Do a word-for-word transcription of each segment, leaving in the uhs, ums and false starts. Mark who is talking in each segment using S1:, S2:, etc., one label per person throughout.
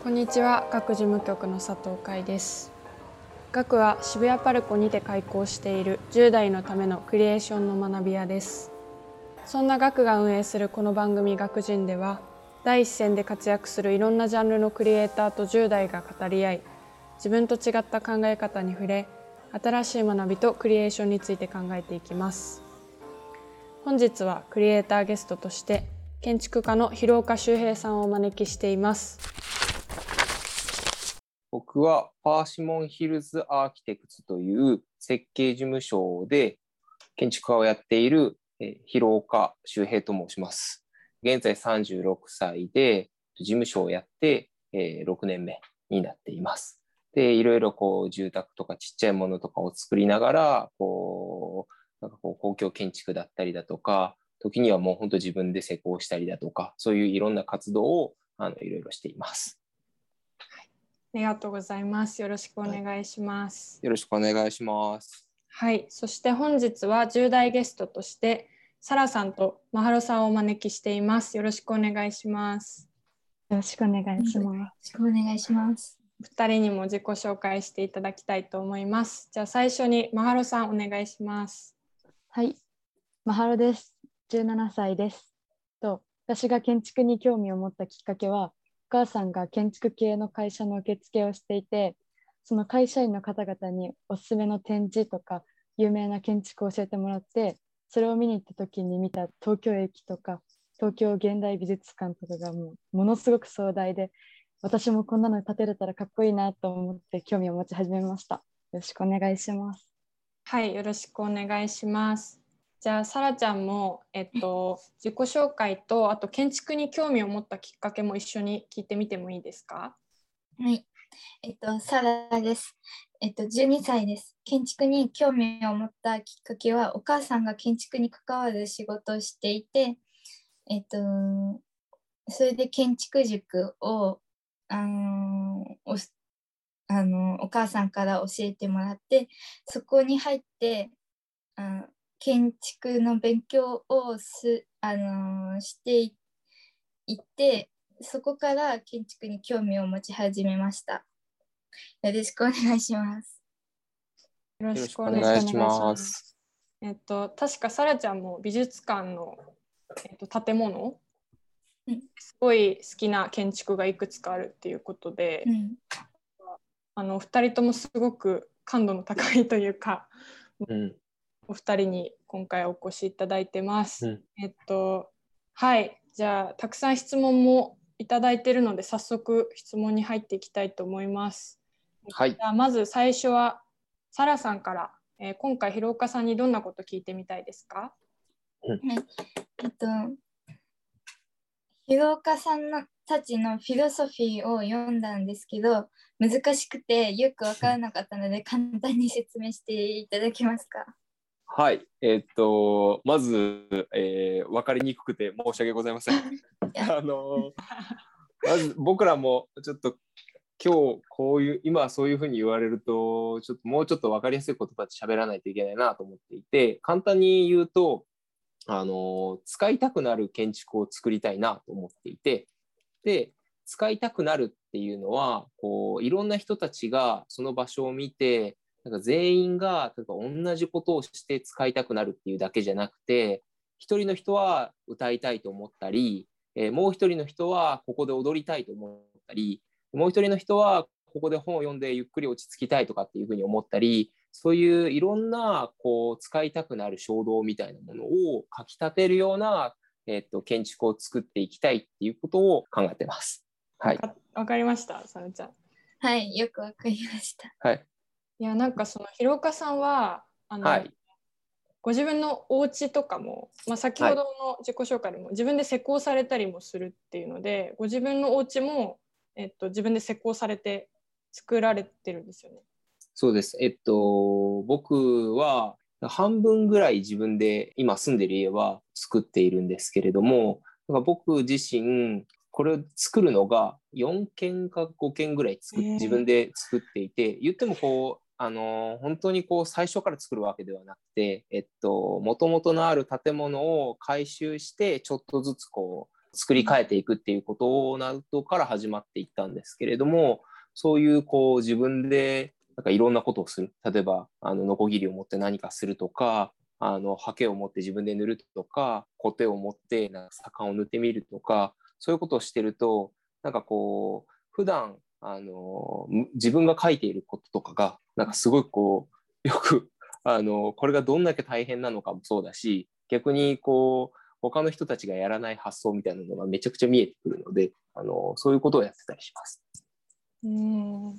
S1: こんにちは、学事務局の佐藤海です。学は渋谷パルコにて開校しているじゅう代のためのクリエーションの学び屋です。そんな学が運営するこの番組学人では、第一線で活躍するいろんなジャンルのクリエイターとじゅう代が語り合い、自分と違った考え方に触れ、新しい学びとクリエーションについて考えていきます。本日はクリエイターゲストとして建築家の広岡修平さんをお招きしています。
S2: 僕はパーシモンヒルズアーキテクツという設計事務所で建築家をやっている広岡修平と申します。現在さんじゅうろくさいで事務所をやってろくねんめになっています。で、いろいろこう住宅とかちっちゃいものとかを作りながら、こう、なんかこう公共建築だったりだとか、時にはもう本当自分で施工したりだとか、そういういろんな活動をあのいろいろしています。
S1: ありがとうございます。よろしくお願いします。
S2: はい、よろしくお願いします。
S1: はい、そして本日はじゅう代ゲストとしてサラさんとマハロさんをお招きしています。よろしくお願いします。
S3: よろしくお願いします。よろしくお願いします。
S1: ふたりにも自己紹介していただきたいと思います。じゃあ最初にマハロさんお願いします。
S3: はい、マハロです。じゅうななさいです。と、私が建築に興味を持ったきっかけは、お母さんが建築系の会社の受付をしていて、その会社員の方々におすすめの展示とか有名な建築を教えてもらって、それを見に行った時に見た東京駅とか東京現代美術館とかがもうものすごく壮大で、私もこんなの建てれたらかっこいいなと思って興味を持ち始めました。よろしくお願いします。
S1: はい、よろしくお願いします。じゃあサラちゃんも、えっと、自己紹介とあと建築に興味を持ったきっかけも一緒に聞いてみてもいいですか？
S4: はい、えっと、サラです。えっと、じゅうにさいです。建築に興味を持ったきっかけは、お母さんが建築に関わる仕事をしていて、えっと、それで建築塾を、あのお、あのお母さんから教えてもらって、そこに入って、あ建築の勉強をす、あのしていって、そこから建築に興味を持ち始めました。よろしくお願いします。
S1: よろしくお願いします。えっと、確かサラちゃんも美術館の、えっと、建物、うん、すごい好きな建築がいくつかあるっていうことで、うん、あのふたりともすごく感度の高いというか、うん、お二人に今回お越しいただいてます。うん、えっと、はい、じゃあたくさん質問もいただいているので早速質問に入っていきたいと思います。はい、じゃあまず最初はサラさんから、えー、今回広岡さんにどんなこと聞いてみたいですか？
S4: はい、えっと広岡さんのたちのフィロソフィーを読んだんですけど、難しくてよく分からなかったので簡単に説明していただけますか？
S2: はい、えー、っとまず、えー、分かりにくくて申し訳ございません。あのまず僕らもちょっと今日こういう今そういうふうに言われるとちょっともうちょっと分かりやすい言葉で喋らないといけないなと思っていて、簡単に言うとあの使いたくなる建築を作りたいなと思っていて、で使いたくなるっていうのはこういろんな人たちがその場所を見てなんか全員が例えば同じことをして使いたくなるっていうだけじゃなくて、一人の人は歌いたいと思ったり、えー、もう一人の人はここで踊りたいと思ったり、もう一人の人はここで本を読んでゆっくり落ち着きたいとかっていうふうに思ったり、そういういろんなこう使いたくなる衝動みたいなものをかきたてるような、えー、と建築を作っていきたいっていうことを考えてます。はい。
S1: わかりました、さらちゃん。
S4: はい、よくわかりました。
S2: はい。
S1: いや、なんかその広岡さんはあの、はい、ご自分のお家とかも、まあ、先ほどの自己紹介でも、はい、自分で施工されたりもするっていうので、ご自分のお家も、えっと、自分で施工されて作られてるんですよね。
S2: そうです。えっと、僕は半分ぐらい自分で今住んでる家は作っているんですけれども、僕自身これを作るのがよんけんかごけんぐらい作っ自分で作っていて、言ってもこうあの本当にこう最初から作るわけではなくて、えっと元々のある建物を改修してちょっとずつこ作り変えていくっていうことなどから始まっていったんですけれども、そういうこう自分でなんかいろんなことをする。例えば、あの、ノコギリを持って何かするとか、あの、ハケを持って自分で塗るとか、コテを持ってなんか左官を塗ってみるとか、そういうことをしてると、なんかこう、普段、あの、自分が書いていることとかが、なんかすごいこう、よく、あの、これがどんだけ大変なのかもそうだし、逆にこう、他の人たちがやらない発想みたいなのがめちゃくちゃ見えてくるので、あの、そういうことをやってたりします。
S1: うん、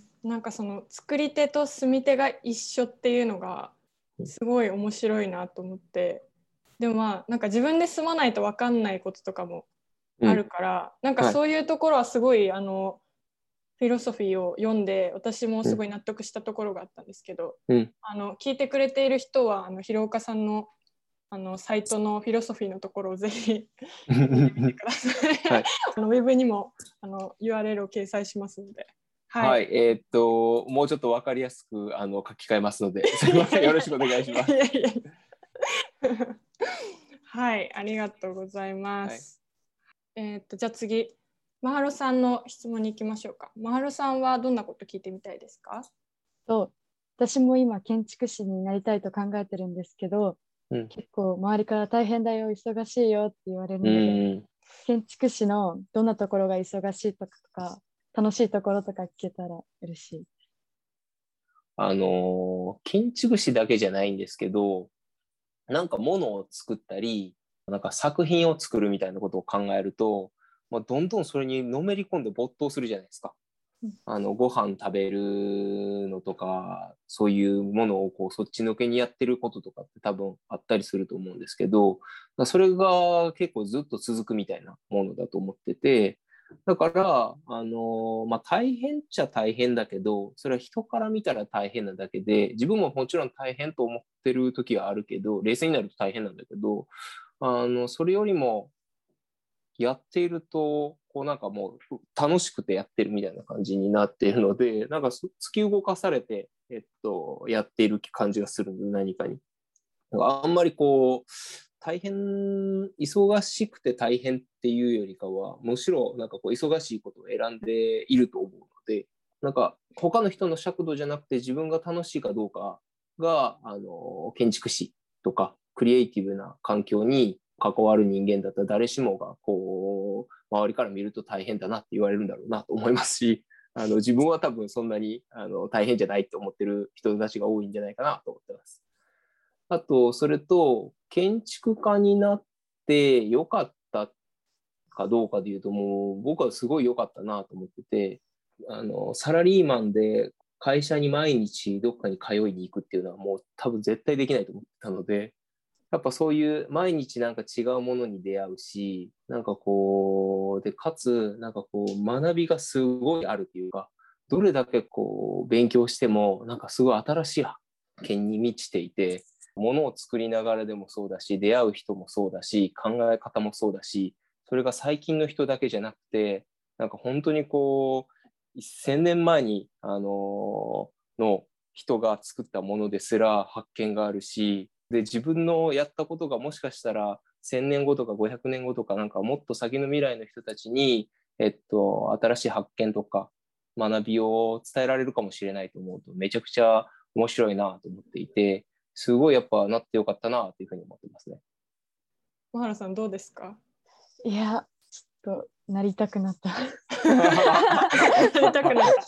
S1: なんかその作り手と住み手が一緒っていうのがすごい面白いなと思って、でもまあなんか自分で住まないと分かんないこととかもあるから、うん、なんかそういうところはすごい、はい、あのフィロソフィーを読んで私もすごい納得したところがあったんですけど、うん、あの聞いてくれている人はあの廣岡さんのあのサイトのフィロソフィーのところをぜひ見てみてください。はい、あのウェブにもあの ユーアールエル を掲載しますので。
S2: はい、はい、えー、っともうちょっと分かりやすくあの書き換えますので、すみません、よろしくお願いします。いやいやい
S1: やはい、ありがとうございます。はい、えー、っとじゃあ次、マハロさんの質問に行きましょうか。マハロさんはどんなこと聞いてみたいですか？
S3: と私も今建築士になりたいと考えてるんですけど、うん、結構周りから大変だよ、忙しいよって言われるので、うん、建築士のどんなところが忙しいとか楽しいところとか聞けたら嬉しい。
S2: あの建築士だけじゃないんですけど、なんか物を作ったりなんか作品を作るみたいなことを考えると、まあ、どんどんそれにのめり込んで没頭するじゃないですか。あのご飯食べるのとかそういうものをこうそっちのけにやってることとかって多分あったりすると思うんですけど、それが結構ずっと続くみたいなものだと思ってて、だからあの、まあ、大変っちゃ大変だけど、それは人から見たら大変なだけで、自分ももちろん大変と思ってる時はあるけど、冷静になると大変なんだけど、あのそれよりもやっているとこうなんかもう楽しくてやってるみたいな感じになっているので、なんか突き動かされて、えっと、やっている感じがするので、何かになんかあんまりこう大変忙しくて大変っていうよりかは、むしろなんかこう忙しいことを選んでいると思うので、なんか他の人の尺度じゃなくて自分が楽しいかどうかがあの建築士とかクリエイティブな環境に関わる人間だったら誰しもがこう周りから見ると大変だなって言われるんだろうなと思いますし、あの自分は多分そんなにあの大変じゃないって思ってる人たちが多いんじゃないかなと思ってます。あとそれと建築家になって良かったかどうかでいうと、もう僕はすごい良かったなと思ってて、あのサラリーマンで会社に毎日どっかに通いに行くっていうのはもう多分絶対できないと思ってたので、やっぱそういう毎日なんか違うものに出会うし、なんかこう、で、かつ、なんかこう、学びがすごいあるっていうか、どれだけこう、勉強しても、なんかすごい新しい発見に満ちていて、ものを作りながらでもそうだし、出会う人もそうだし、考え方もそうだし、それが最近の人だけじゃなくて、なんか本当にこう、せんねんまえに、あのー、の人が作ったものですら発見があるし、で自分のやったことがもしかしたらせんねんごとかごひゃくねんごとかなんかもっと先の未来の人たちに、えっと、新しい発見とか学びを伝えられるかもしれないと思うとめちゃくちゃ面白いなと思っていて、すごいやっぱなってよかったなというふうに思ってますね。
S1: 小原さんどうですか？
S3: いやちょっとなりたくなった。
S1: なりたくなった。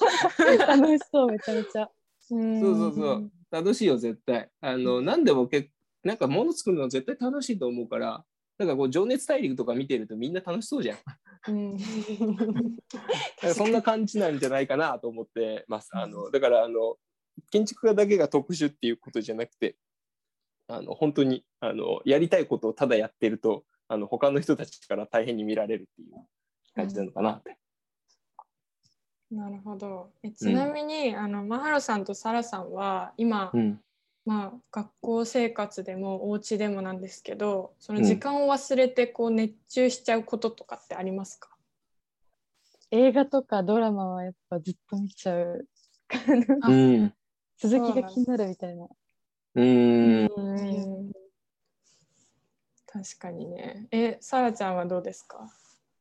S3: 楽しそうめちゃめちゃ。
S2: うんそうそうそう楽しいよ絶対。あの何でも結なんか物作るの絶対楽しいと思うから、なんかこう情熱大陸とか見てるとみんな楽しそうじゃん。うん、なんかそんな感じなんじゃないかなと思ってます。あのだからあの建築家だけが特殊っていうことじゃなくて、あの本当にあのやりたいことをただやってるとあの他の人たちから大変に見られるっていう感じなのかなって。
S1: うん、なるほど。えちなみに、うん、あのマハロさんとサラさんは今、うんまあ、学校生活でもお家でもなんですけど、その時間を忘れてこう熱中しちゃうこととかってありますか？
S3: うん、映画とかドラマはやっぱずっと見ちゃう。うん、続きが気になるみたいな。
S2: うーんうん
S1: 確かにね。え、サラちゃんはどうですか？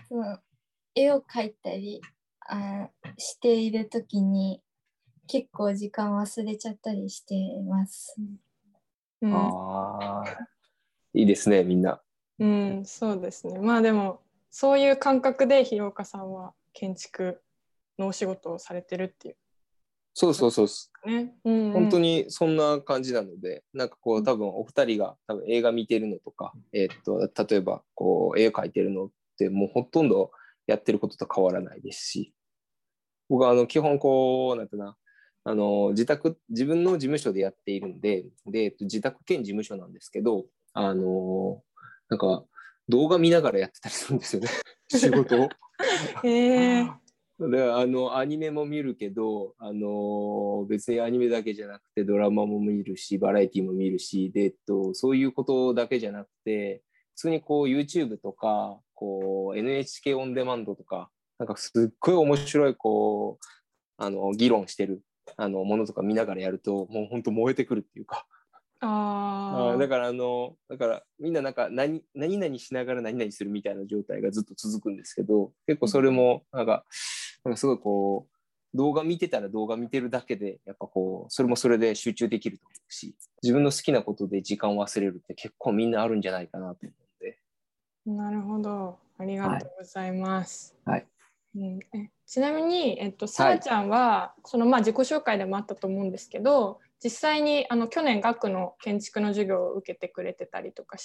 S4: その絵を描いたりあしているときに結構時間忘れちゃったりしてます。
S1: うん、
S2: ああ、いいですね、みんな。
S1: うん、そうですね。まあでもそういう感覚で廣岡さんは建築のお仕事をされてるっていう。
S2: そうそうそう。
S1: ね、うんうん、
S2: 本当にそんな感じなので、なんかこう多分お二人が多分映画見てるのとか、えー、っと例えばこう絵を描いてるのってもうほとんどやってることと変わらないですし、僕はあの基本こうなんてなあの自宅自分の事務所でやっているんで、で、えっと、自宅兼事務所なんですけど、あのなんか動画見ながらやってたりするんですよね仕事を。
S1: へー
S2: であのアニメも見るけど、あの別にアニメだけじゃなくてドラマも見るしバラエティも見るしで、えっと、そういうことだけじゃなくて普通にこう YouTube とかこう エヌエイチケー オンデマンドとかなんかすっごい面白いこうあの議論してるあのものとか見ながらやるともう本当燃えてくるっていうか。
S1: あ
S2: あだからあのだからみんななんか 何, 何々しながら何々するみたいな状態がずっと続くんですけど、結構それもなんか、なんかすごいこう動画見てたら動画見てるだけでやっぱこうそれもそれで集中できると思うし、自分の好きなことで時間を忘れるって結構みんなあるんじゃないかなと思うんで。
S1: なるほど、ありがとうございます。
S2: はい、
S1: うん、えちなみに、えっと、さらちゃんは、はい、そのまあ自己紹介でもあったと思うんですけど、実際にあの去年学の建築の授業を受けてくれてたりとかして、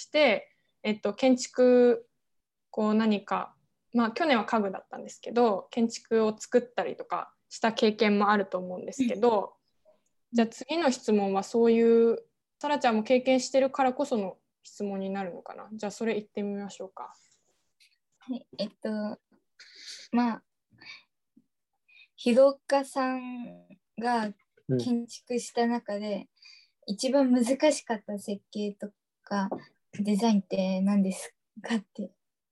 S1: えっと、建築こう何か、まあ、去年は家具だったんですけど建築を作ったりとかした経験もあると思うんですけど、じゃあ次の質問はそういうさらちゃんも経験してるからこその質問になるのかな。じゃあそれ言ってみましょうか。
S4: はい、えっとまあ広岡さんが建築した中で、うん、一番難しかった設計とかデザインって何ですかって。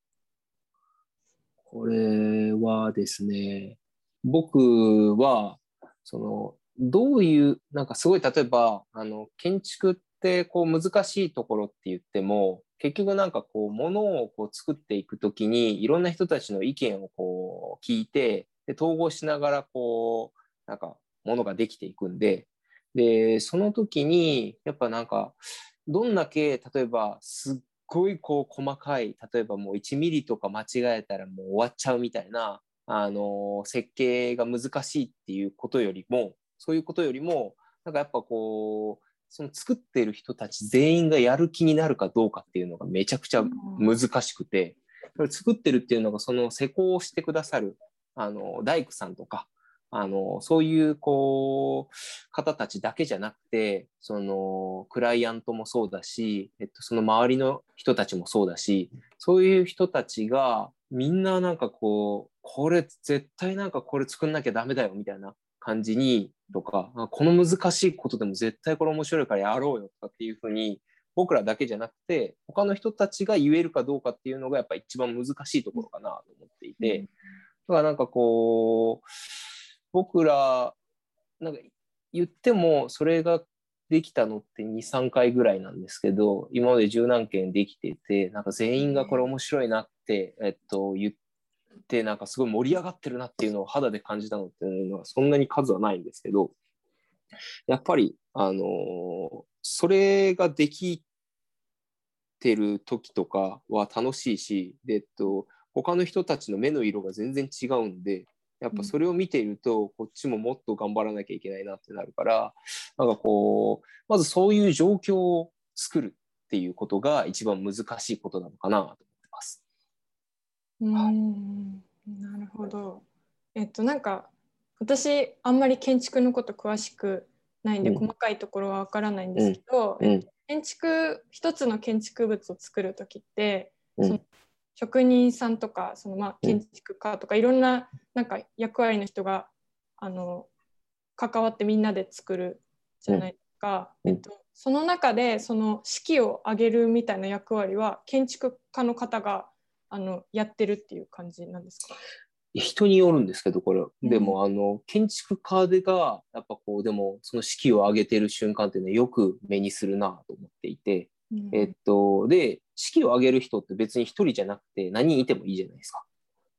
S2: これはですね、僕はそのどういうなんかすごい例えばあの建築ってこう難しいところって言っても結局なんかこう物をこう作っていくときにいろんな人たちの意見をこう聞いてで統合しながらこうなんかものができていくんで、でその時にやっぱなんかどんだけ例えばすっごいこう細かい例えばもういちミリとか間違えたらもう終わっちゃうみたいなあの設計が難しいっていうことよりもそういうことよりもなんかやっぱこうその作っている人たち全員がやる気になるかどうかっていうのがめちゃくちゃ難しくて、作ってるっていうのがその施工をしてくださるあの大工さんとかあのそういうこう方たちだけじゃなくてそのクライアントもそうだし、えっと、その周りの人たちもそうだし、そういう人たちがみんななんかこうこれ絶対なんかこれ作んなきゃダメだよみたいな感じにとか、この難しいことでも絶対これ面白いからやろうよとかっていうふうに僕らだけじゃなくて他の人たちが言えるかどうかっていうのがやっぱ一番難しいところかなと思っていて、だからなんかこう僕らなんか言ってもそれができたのってに、さんかいぐらいなんですけど、今まで十何件できてて、なんか全員がこれ面白いなって、えっと、言ってなんかすごい盛り上がってるなっていうのを肌で感じたのっていうのはそんなに数はないんですけど、やっぱりあのー、それができてる時とかは楽しいし、で、えっと、他の人たちの目の色が全然違うんで、やっぱそれを見ていると、こっちももっと頑張らなきゃいけないなってなるから、なんかこう、まずそういう状況を作るっていうことが一番難しいことなのかなと思ってます。
S1: うーん、なるほど。えっとなんか私あんまり建築のこと詳しくないんで、うん、細かいところはわからないんですけど、うん、えっと、建築一つの建築物を作る時って、うん、その職人さんとかそのまあ建築家とかいろんななんか役割の人があの関わってみんなで作るじゃないですか、うん、えっと、その中でその式を上げるみたいな役割は建築家の方があのやってるっていう感じなんですか？
S2: 人によるんですけど、これ、うん、でもあの建築家がやっぱこうでもその式を上げてる瞬間っていうのはよく目にするなと思っていて、うん、えっとで式を上げる人って別に一人じゃなくて何人いてもいいじゃないですか。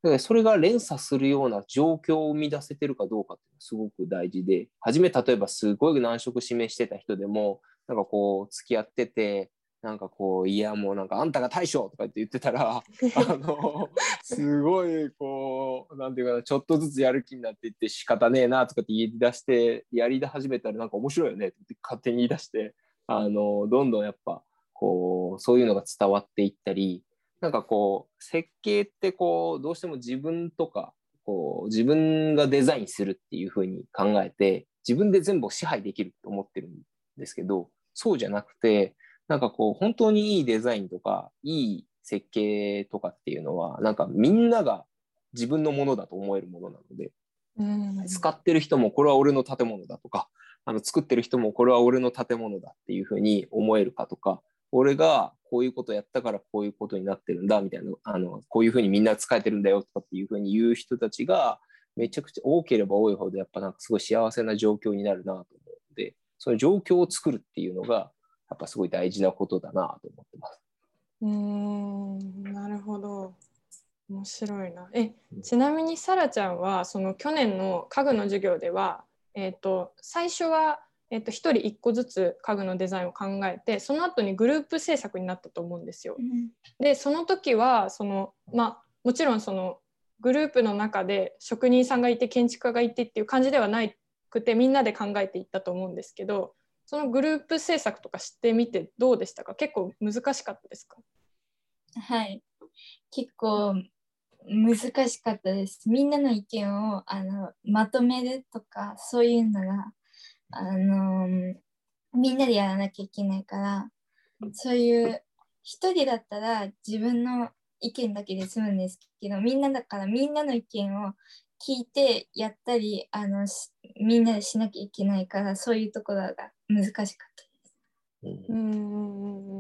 S2: からそれが連鎖するような状況を生み出せてるかどうかっていうのはすごく大事で、初め例えばすごい難色示してた人でも、なんかこう付き合ってて、なんかこういやもうなんかあんたが大将とかって言ってたらあのすごいこうなんていうかな、ちょっとずつやる気になっていって仕方ねえなとかって言い出してやり始めたらなんか面白いよねって勝手に言い出して、あのどんどんやっぱこうそういうのが伝わっていったり、なんかこう設計ってこうどうしても自分とかこう自分がデザインするっていう風に考えて自分で全部を支配できると思ってるんですけど、そうじゃなくて、なんかこう本当にいいデザインとかいい設計とかっていうのはなんかみんなが自分のものだと思えるものなので、うん、使ってる人もこれは俺の建物だとか、あの作ってる人もこれは俺の建物だっていうふうに思えるかとか、俺がこういうことやったからこういうことになってるんだみたいな、あのこういうふうにみんな使えてるんだよとかっていうふうに言う人たちがめちゃくちゃ多ければ多いほどやっぱなんかすごい幸せな状況になるなと思うので、その状況を作るっていうのがやっぱすごい大事なことだなと思ってます。
S1: うーん、なるほど。面白いな。え、ちなみにさらちゃんはその去年の家具の授業では、えーと、最初は、えーと、ひとりいっこずつ家具のデザインを考えて、その後にグループ制作になったと思うんですよ。うん、でその時はその、まあ、もちろんそのグループの中で職人さんがいて建築家がいてっていう感じではなくて、みんなで考えていったと思うんですけど、そのグループ制作とかしてみてどうでしたか？結構難しかったですか？
S4: はい、結構難しかったです。みんなの意見をあのまとめるとかそういうのがあのみんなでやらなきゃいけないから、そういう一人だったら自分の意見だけで済むんですけど、みんなだからみんなの意見を聞いてやったりあのみんなでしなきゃいけないから、そういうところが難しかったです。
S1: うん、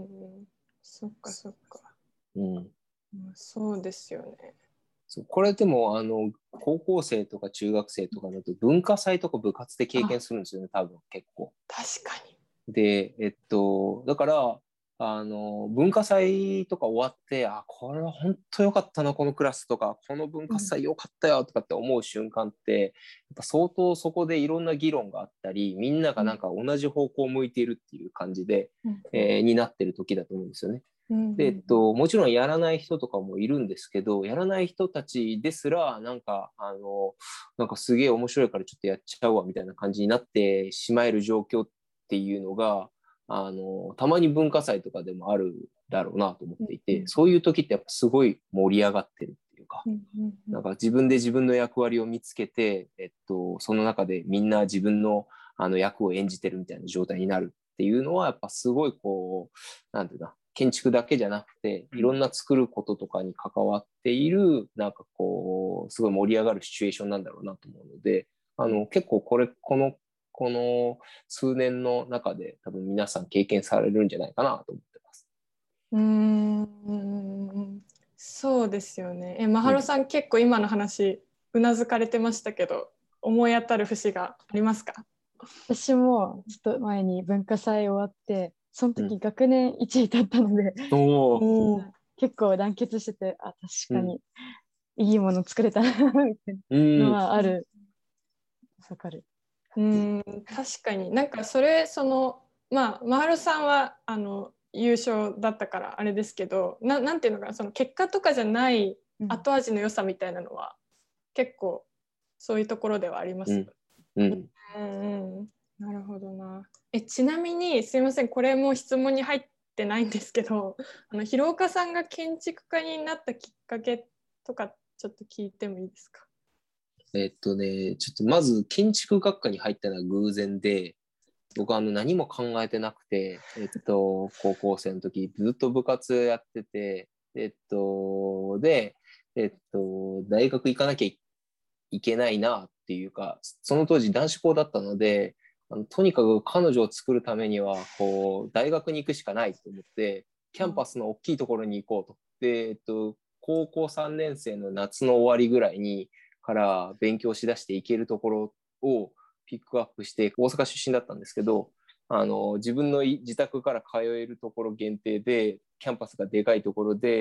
S1: そっかそっか、うん、そうですよね。
S2: これでもあの高校生とか中学生とかだと文化祭とか部活で経験するんですよね、多分結構。
S1: 確かに。
S2: で、えっと、だからあの文化祭とか終わって、あ、これは本当良かったなこのクラスとか、この文化祭良かったよとかって思う瞬間って、やっぱ相当そこでいろんな議論があったり、みんながなんか同じ方向を向いているっていう感じで、うんえー、になってる時だと思うんですよね。でえっと、もちろんやらない人とかもいるんですけど、やらない人たちですらなんかあのなんかすげえ面白いからちょっとやっちゃうわみたいな感じになってしまえる状況っていうのがあのたまに文化祭とかでもあるだろうなと思っていて、うん、そういう時ってやっぱすごい盛り上がってるっていうか、うんうんうん、なんか自分で自分の役割を見つけて、えっと、その中でみんな自分のあの役を演じてるみたいな状態になるっていうのはやっぱすごいこうなんていうか建築だけじゃなくていろんな作ることとかに関わっているなんかこうすごい盛り上がるシチュエーションなんだろうなと思うので、あの結構これこのこの数年の中で多分皆さん経験されるんじゃないかなと思ってます。
S1: うーん、そうですよね。え、マハロさん、うん、結構今の話うなずかれてましたけど、思い当たる節がありますか？
S3: 私もちょっと前に文化祭終わってその時学年いちいだったので、うん、お結構団結してて、あ、確かにいいもの作れたなみたいなのはある。わかる。
S1: うん、確かになんかそれそのまあマハルさんはあの優勝だったからあれですけど、ななんていうのかな、その結果とかじゃない後味の良さみたいなのは、うん、結構そういうところではあります。うん、うんうんうん、なるほどな。え、ちなみにすいません、これも質問に入ってないんですけど、あの廣岡さんが建築家になったきっかけとかちょっと聞いてもいいですか？
S2: えっとね、ちょっとまず建築学科に入ったのは偶然で、僕はあの何も考えてなくて、えっと、高校生の時ずっと部活やってて、えっと、で、えっと、大学行かなきゃいけないなっていうか、その当時男子校だったので、あのとにかく彼女を作るためにはこう大学に行くしかないと思って、キャンパスの大きいところに行こうと。で、えっと、高校さんねん生の夏の終わりぐらいにから勉強しだして行けるところをピックアップして、大阪出身だったんですけど、あの自分の自宅から通えるところ限定でキャンパスがでかいところで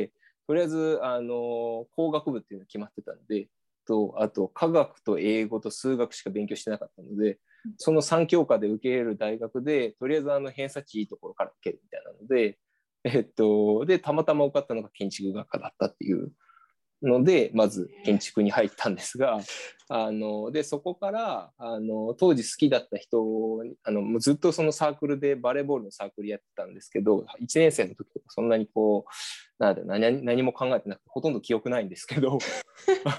S2: とりあえずあの工学部っていうのが決まってたので、とあと科学と英語と数学しか勉強してなかったので、そのさん教科で受け入れる大学でとりあえずあの偏差値いいところから受けるみたいなので、えっと、でたまたま受かったのが建築学科だったっていうので、まず建築に入ったんですが、あのでそこからあの当時好きだった人に、あのもうずっとそのサークルでバレーボールのサークルやってたんですけど、いちねん生の時とかそんなにこうなんだ何何も考えてなくてほとんど記憶ないんですけどあ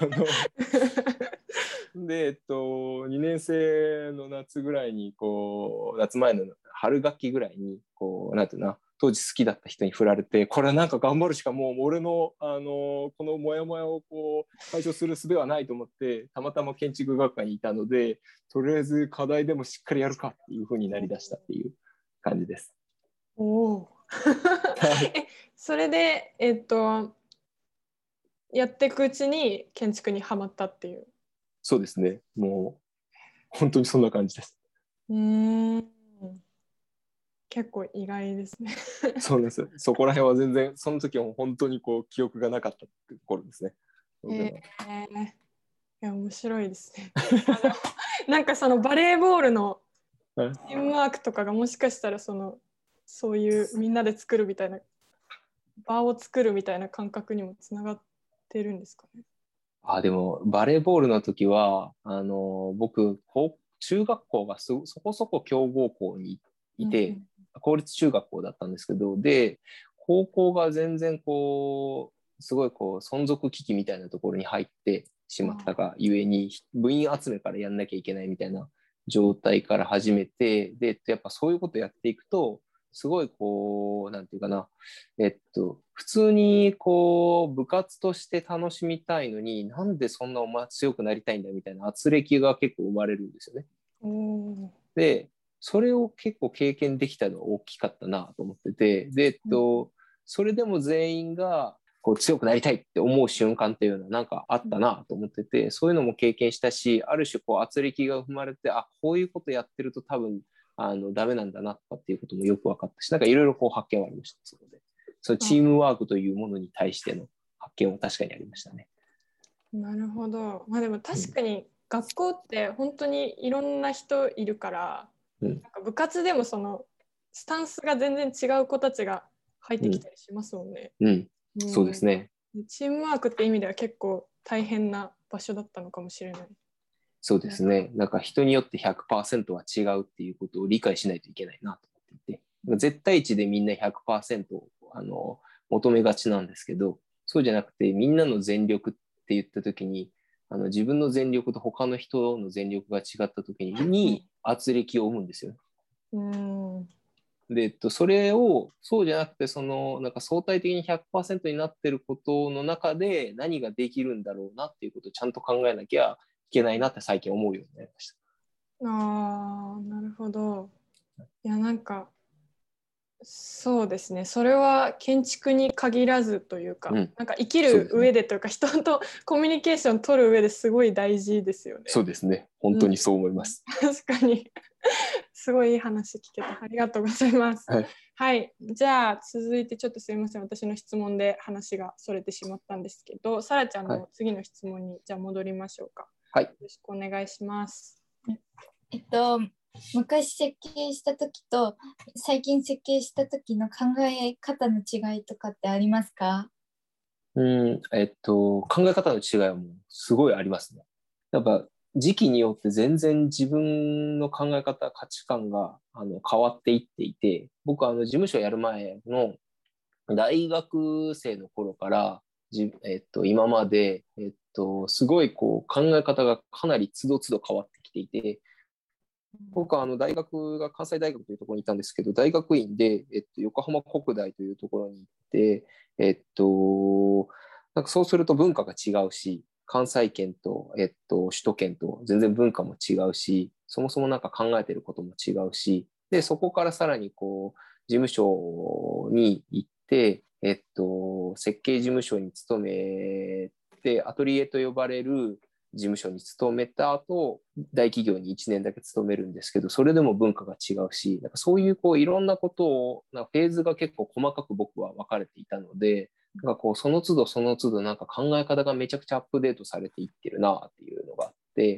S2: ので、えっと、にねん生の夏ぐらいにこう夏前の春学期ぐらいにこうなんていうな当時好きだった人に振られて、これはなんか頑張るしかもう俺の、あのこのモヤモヤをこう解消する術はないと思って、たまたま建築学科にいたので、とりあえず課題でもしっかりやるかっていう風になりだしたっていう感じです。
S1: おおえそれで、えっと、やっていくうちに建築にはまったっていう。
S2: そうですね、もう本当にそんな感じです。
S1: うーん、結構意外ですね
S2: そうです。そこら辺は全然その時は本当にこう記憶がなかったってところですね。
S1: えー、いや面白いですねなんかそのバレーボールのチームワークとかがもしかしたらそのそういうみんなで作るみたいな場を作るみたいな感覚にもつながってるんですかね。
S2: あ、でもバレーボールの時はあの僕高中学校が そ, そこそこ強豪校にいて、うんうん、公立中学校だったんですけど、で高校が全然こうすごいこう存続危機みたいなところに入ってしまったがゆえに、部員集めからやんなきゃいけないみたいな状態から始めて、でやっぱそういうことやっていくとすごいこうなんていうかな、えっと普通にこう部活として楽しみたいのに、なんでそんなお前強くなりたいんだみたいな圧力が結構生まれるんですよね。
S1: お
S2: でそれを結構経験できたのは大きかったなと思ってて、で、えっと、それでも全員がこう強くなりたいって思う瞬間っていうのはなんかあったなと思ってて、そういうのも経験したし、ある種こう圧力が生まれて、あ、こういうことやってると多分あのダメなんだなとかっていうこともよく分かったし、なんかいろいろこう発見はありました。そこでそのチームワークというものに対しての発見は確かにありましたね。
S1: なるほど。まあでも確かに学校って本当にいろんな人いるから、うん、なんか部活でもそのスタンスが全然違う子たちが入ってきたりしますもんね。
S2: うん、うんうん、そうですね。
S1: チームワークって意味では結構大変な場所だったのかもしれない。
S2: そうですね。なんか人によって ひゃくパーセント は違うっていうことを理解しないといけないなと思っていて、絶対値でみんな ひゃくパーセント をあの求めがちなんですけど、そうじゃなくてみんなの全力って言った時に、あの自分の全力と他の人の全力が違った時に圧力を生むんですよ。
S1: うん
S2: で、えっと、それをそうじゃなくて、そのなんか相対的に ひゃくパーセント になってることの中で何ができるんだろうなっていうことをちゃんと考えなきゃいけないなって最近思うようになりました。
S1: ああ、なるほど。いや、なんかそうですね。それは建築に限らずというか、うん、なんか生きる上でというか、人とコミュニケーション取る上ですごい大事ですよね。
S2: そうですね。本当にそう思います。
S1: うん、確かにすごいいい話聞けた。ありがとうございます。はい、はい、じゃあ続いてちょっとすいません。私の質問で話がそれてしまったんですけど、さらちゃんの次の質問に、はい、じゃあ戻りましょうか。
S2: はい。よ
S1: ろしくお願いします。
S4: えっと昔設計した時と最近設計した時の考え方の違いとかってありますか？
S2: うん、えっと、考え方の違いはもうすごいありますね。やっぱ時期によって全然自分の考え方、価値観があの変わっていっていて、僕はあの事務所やる前の大学生の頃からじ、えっと、今まで、えっと、すごいこう考え方がかなりつどつど変わってきていて、僕はあの大学が関西大学というところにいたんですけど、大学院で、えっと、横浜国大というところに行って、えっと、なんかそうすると文化が違うし、関西圏と、えっと、首都圏と全然文化も違うし、そもそもなんか考えてることも違うし、で、そこからさらにこう、事務所に行って、えっと、設計事務所に勤めて、アトリエと呼ばれる事務所に勤めた後、大企業にいちねんだけ勤めるんですけど、それでも文化が違うし、なんかそういうこういろんなことを、なんかフェーズが結構細かく僕は分かれていたので、 なんかこうその都度その都度なんか考え方がめちゃくちゃアップデートされていってるなっていうのがあって、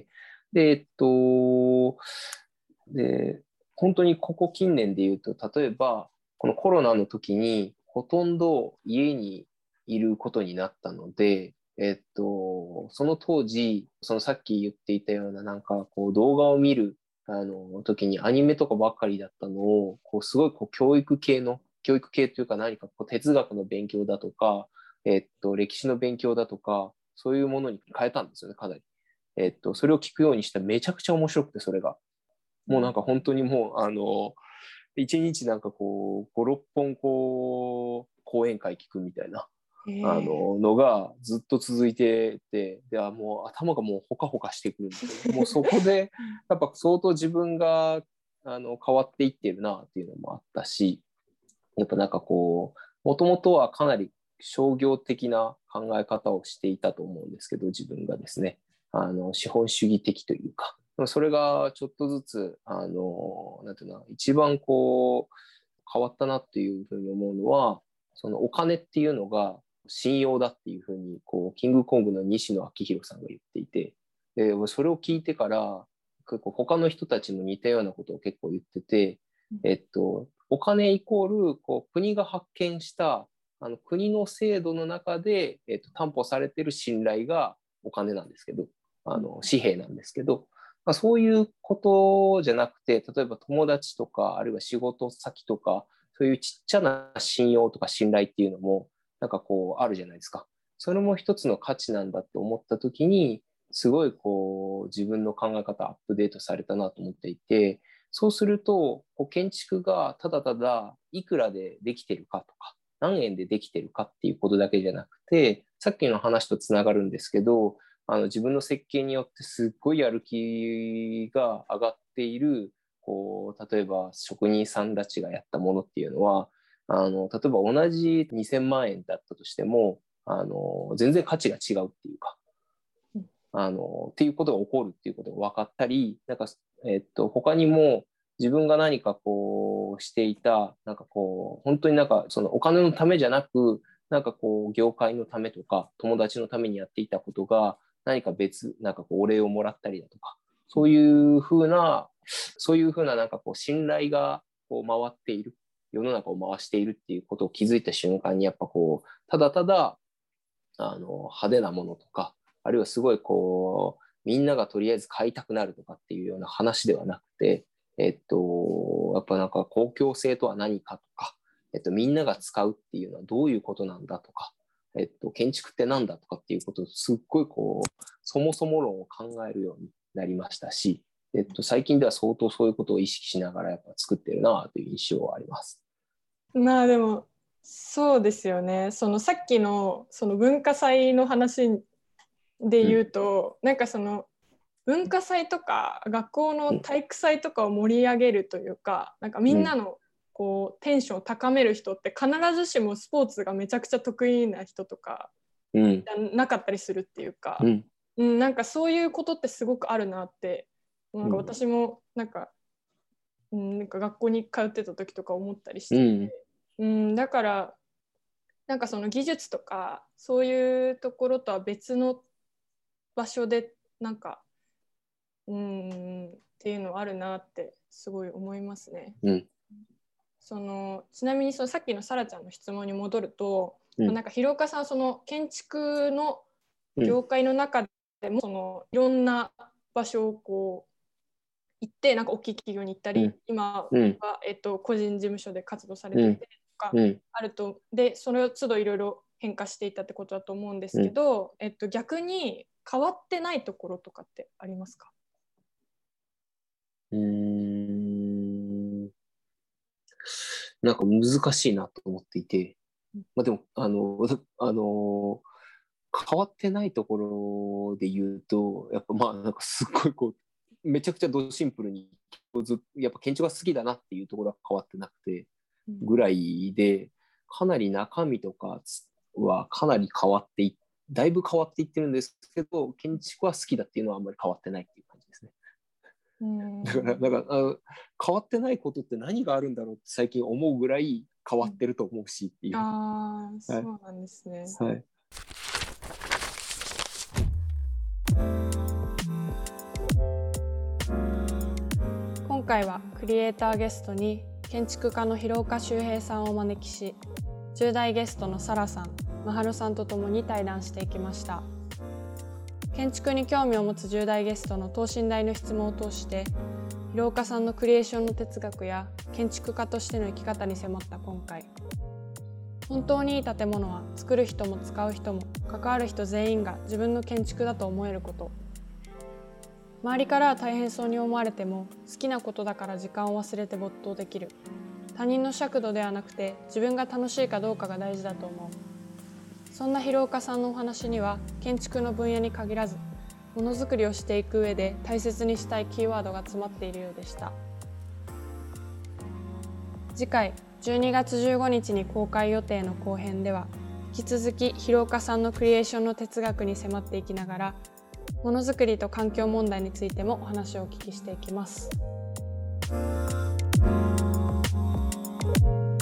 S2: で、えっと、で、本当にここ近年で言うと、例えばこのコロナの時にほとんど家にいることになったので、えっと、その当時、そのさっき言っていたようななんかこう動画を見るあの時にアニメとかばっかりだったのを、こうすごいこう教育系の、教育系というか何かこう哲学の勉強だとか、えっと、歴史の勉強だとか、そういうものに変えたんですよね、かなり。えっと、それを聞くようにしてめちゃくちゃ面白くて、それが。もうなんか本当にもう、あの、一日なんかこう、ご、ろっぽんこう、講演会聞くみたいな。あののがずっと続いてて、ではもう頭がもうほかほかしてくるんで、もうそこでやっぱ相当自分があの変わっていってるなっていうのもあったし、やっぱなんかこう、もともとはかなり商業的な考え方をしていたと思うんですけど、自分がですね、あの資本主義的というか、それがちょっとずつ、あの、なんていうの、一番こう、変わったなっていうふうに思うのは、そのお金っていうのが信用だっていうふうに、こう、キングコングの西野昭弘さんが言っていて、で、それを聞いてから、結構他の人たちも似たようなことを結構言ってて、えっと、お金イコール、こう、国が発見した、あの、国の制度の中で、えっと、担保されている信頼がお金なんですけど、あの、紙幣なんですけど、まあ、そういうことじゃなくて、例えば友達とか、あるいは仕事先とか、そういうちっちゃな信用とか信頼っていうのも、なんかこう、あるじゃないですか。それも一つの価値なんだと思ったときに、すごいこう、自分の考え方アップデートされたなと思っていて、そうすると、こう建築がただただいくらでできてるかとか、何円でできてるかっていうことだけじゃなくて、さっきの話とつながるんですけど、あの自分の設計によってすっごいやる気が上がっている、こう、例えば職人さんたちがやったものっていうのは、あの、例えば同じにせんまん円だったとしても、あの、全然価値が違うっていうか、あの、っていうことが起こるっていうことが分かったり、なんか、えっと、他にも自分が何かこうしていた、なんかこう、本当になんかそのお金のためじゃなく、なんかこう、業界のためとか、友達のためにやっていたことが、何か別、なんかこう、お礼をもらったりだとか、そういうふうな、そういうふうななんかこう、信頼がこう回っている、世の中を回しているっていうことを気づいた瞬間に、やっぱこう、ただただ、あの、派手なものとか、あるいはすごいこう、みんながとりあえず買いたくなるとかっていうような話ではなくて、えっと、やっぱなんか公共性とは何かとか、えっと、みんなが使うっていうのはどういうことなんだとか、えっと、建築ってなんだとかっていうことをすっごいこう、そもそも論を考えるようになりましたし、えっと、最近では相当そういうことを意識しながらやっぱ作ってるなという印象はあります。
S1: まあでもそうですよね。そのさっきのその文化祭の話で言うと、うん、なんかその文化祭とか学校の体育祭とかを盛り上げるというか、なんかみんなのこうテンションを高める人って必ずしもスポーツがめちゃくちゃ得意な人とかじゃなかったりするっていうか、うんうん、なんかそういうことってすごくあるなって、なんか私もなんか、うん、なんか学校に通ってた時とか思ったりしてて、うん、だからなんかその技術とかそういうところとは別の場所でなんかうんっていうのはあるなってすごい思いますね。
S2: うん、
S1: そのちなみにそのさっきのさらちゃんの質問に戻ると、
S2: うん、
S1: なんか広岡さんその建築の業界の中でもそのいろんな場所をこう行ってなんか大きい企業に行ったり、うん、今は、うんえっと、個人事務所で活動されていてとかあると、でそれを都度いろいろ変化していったってことだと思うんですけど、うんえっと、逆に変わってないところとかってありますか？
S2: うーんなんか難しいなと思っていて、まあ、でもあのあの変わってないところで言うと、やっぱまあなんかすっごいこうめちゃくちゃドシンプルにやっぱ建築が好きだなっていうところは変わってなくてぐらいで、かなり中身とかはかなり変わっていだいぶ変わっていってるんですけど、建築は好きだっていうのはあんまり変わってないっていう感じですね。だからなんかあの変わってないことって何があるんだろうって最近思うぐらい変わってると思うしっていう。
S1: ああ、そうなんですね。
S2: はい。
S1: 今回はクリエイターゲストに建築家の廣岡修平さんをお招きし、じゅう代ゲストのサラさん、真春さんとともに対談していきました。建築に興味を持つじゅう代ゲストの等身大の質問を通して、廣岡さんのクリエーションの哲学や建築家としての生き方に迫った今回。本当にいい建物は作る人も使う人も関わる人全員が自分の建築だと思えること。周りからは大変そうに思われても好きなことだから時間を忘れて没頭できる。他人の尺度ではなくて自分が楽しいかどうかが大事だと思う。そんな廣岡さんのお話には建築の分野に限らずものづくりをしていく上で大切にしたいキーワードが詰まっているようでした。次回じゅうにがつじゅうごにちに公開予定の後編では引き続き廣岡さんのクリエーションの哲学に迫っていきながらものづくりと環境問題についてもお話をお聞きしていきます。